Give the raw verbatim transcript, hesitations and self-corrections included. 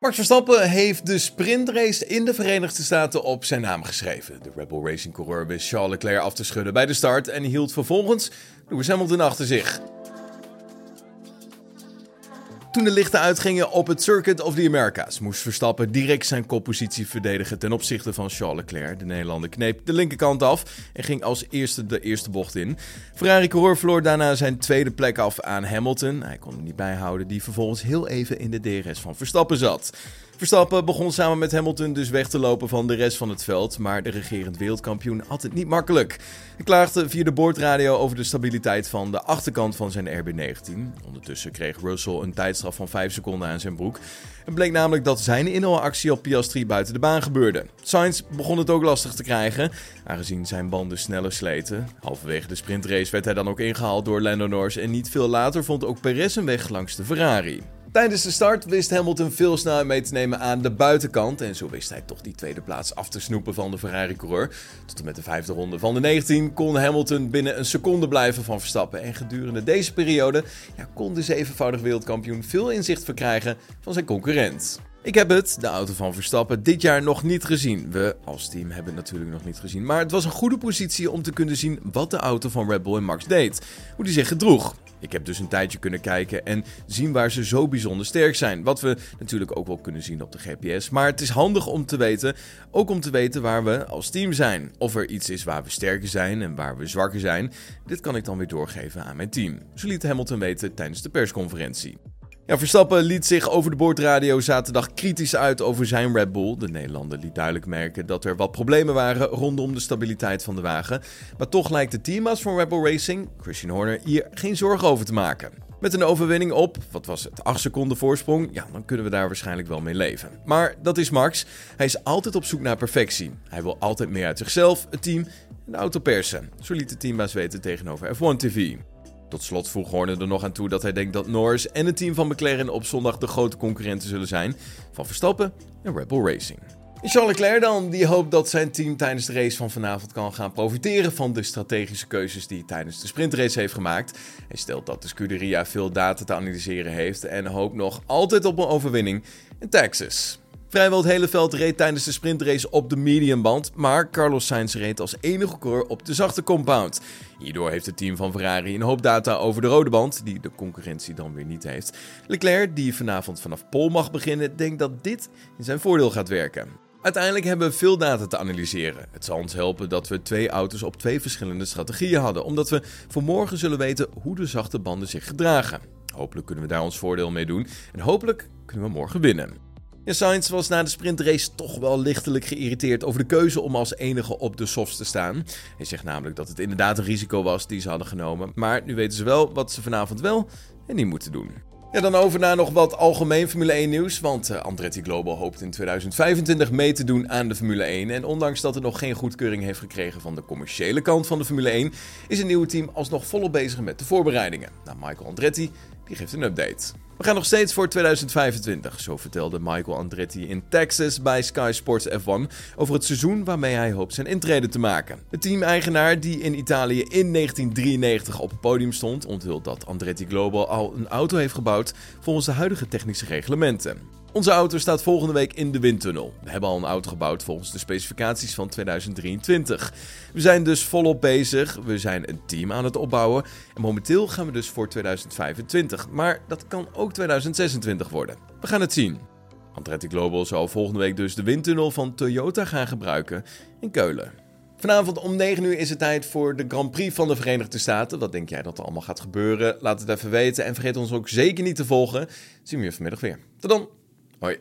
Max Verstappen heeft de sprintrace in de Verenigde Staten op zijn naam geschreven. De Red Bull Racing coureur wist Charles Leclerc af te schudden bij de start en hield vervolgens Lewis Hamilton achter zich. Toen de lichten uitgingen op het Circuit of the Americas, moest Verstappen direct zijn koppositie verdedigen ten opzichte van Charles Leclerc. De Nederlander kneep de linkerkant af en ging als eerste de eerste bocht in. Ferrari-coureur verloor daarna zijn tweede plek af aan Hamilton. Hij kon er niet bijhouden, die vervolgens heel even in de D R S van Verstappen zat. Verstappen begon samen met Hamilton dus weg te lopen van de rest van het veld, maar de regerend wereldkampioen had het niet makkelijk. Hij klaagde via de boordradio over de stabiliteit van de achterkant van zijn R B negentien. Ondertussen kreeg Russell een tijdstraf van vijf seconden aan zijn broek. Het bleek namelijk dat zijn inhaalactie op Piastri buiten de baan gebeurde. Sainz begon het ook lastig te krijgen, aangezien zijn banden sneller sleten. Halverwege de sprintrace werd hij dan ook ingehaald door Lando Norris en niet veel later vond ook Perez een weg langs de Ferrari. Tijdens de start wist Hamilton veel sneller mee te nemen aan de buitenkant en zo wist hij toch die tweede plaats af te snoepen van de Ferrari-coureur. Tot en met de vijfde ronde van de negentien kon Hamilton binnen een seconde blijven van Verstappen en gedurende deze periode ja, kon de zevenvoudig wereldkampioen veel inzicht verkrijgen van zijn concurrent. Ik heb het, de auto van Verstappen, dit jaar nog niet gezien. We als team hebben het natuurlijk nog niet gezien. Maar het was een goede positie om te kunnen zien wat de auto van Red Bull en Max deed. Hoe die zich gedroeg. Ik heb dus een tijdje kunnen kijken en zien waar ze zo bijzonder sterk zijn. Wat we natuurlijk ook wel kunnen zien op de G P S. Maar het is handig om te weten, ook om te weten waar we als team zijn. Of er iets is waar we sterker zijn en waar we zwakker zijn. Dit kan ik dan weer doorgeven aan mijn team. Zo liet Hamilton weten tijdens de persconferentie. Ja, Verstappen liet zich over de boordradio zaterdag kritisch uit over zijn Red Bull. De Nederlander liet duidelijk merken dat er wat problemen waren rondom de stabiliteit van de wagen. Maar toch lijkt de teambaas van Red Bull Racing, Christian Horner, hier geen zorgen over te maken. Met een overwinning op, wat was het, acht seconden voorsprong, ja, dan kunnen we daar waarschijnlijk wel mee leven. Maar dat is Max. Hij is altijd op zoek naar perfectie. Hij wil altijd meer uit zichzelf, het team en de auto persen. Zo liet de teambaas weten tegenover F one T V. Tot slot voegt Horner er nog aan toe dat hij denkt dat Norris en het team van McLaren op zondag de grote concurrenten zullen zijn van Verstappen en Red Bull Racing. En Charles Leclerc dan, die hoopt dat zijn team tijdens de race van vanavond kan gaan profiteren van de strategische keuzes die hij tijdens de sprintrace heeft gemaakt. Hij stelt dat de Scuderia veel data te analyseren heeft en hoopt nog altijd op een overwinning in Texas. Vrijwel het hele veld reed tijdens de sprintrace op de mediumband, maar Carlos Sainz reed als enige coureur op de zachte compound. Hierdoor heeft het team van Ferrari een hoop data over de rode band, die de concurrentie dan weer niet heeft. Leclerc, die vanavond vanaf pole mag beginnen, denkt dat dit in zijn voordeel gaat werken. Uiteindelijk hebben we veel data te analyseren. Het zal ons helpen dat we twee auto's op twee verschillende strategieën hadden, omdat we voor morgen zullen weten hoe de zachte banden zich gedragen. Hopelijk kunnen we daar ons voordeel mee doen en hopelijk kunnen we morgen winnen. Ja, Sainz was na de sprintrace toch wel lichtelijk geïrriteerd over de keuze om als enige op de softs te staan. Hij zegt namelijk dat het inderdaad een risico was die ze hadden genomen, maar nu weten ze wel wat ze vanavond wel en niet moeten doen. Ja, dan over naar nog wat algemeen Formule één nieuws, want uh, Andretti Global hoopt in tweeduizend vijfentwintig mee te doen aan de Formule één. En ondanks dat het nog geen goedkeuring heeft gekregen van de commerciële kant van de Formule één, is het nieuwe team alsnog volop bezig met de voorbereidingen. Nou, Michael Andretti, die geeft een update. We gaan nog steeds voor tweeduizend vijfentwintig, zo vertelde Michael Andretti in Texas bij Sky Sports F one over het seizoen waarmee hij hoopt zijn intrede te maken. De teameigenaar die in Italië in negentien drieënnegentig op het podium stond, onthult dat Andretti Global al een auto heeft gebouwd volgens de huidige technische reglementen. Onze auto staat volgende week in de windtunnel. We hebben al een auto gebouwd volgens de specificaties van tweeduizend drieëntwintig. We zijn dus volop bezig, we zijn een team aan het opbouwen en momenteel gaan we dus voor tweeduizend vijfentwintig, maar dat kan ook tweeduizend zesentwintig worden. We gaan het zien. Andretti Global zal volgende week dus de windtunnel van Toyota gaan gebruiken in Keulen. Vanavond om negen uur is het tijd voor de Grand Prix van de Verenigde Staten. Wat denk jij dat er allemaal gaat gebeuren? Laat het even weten en vergeet ons ook zeker niet te volgen. Zien we je vanmiddag weer. Tot dan!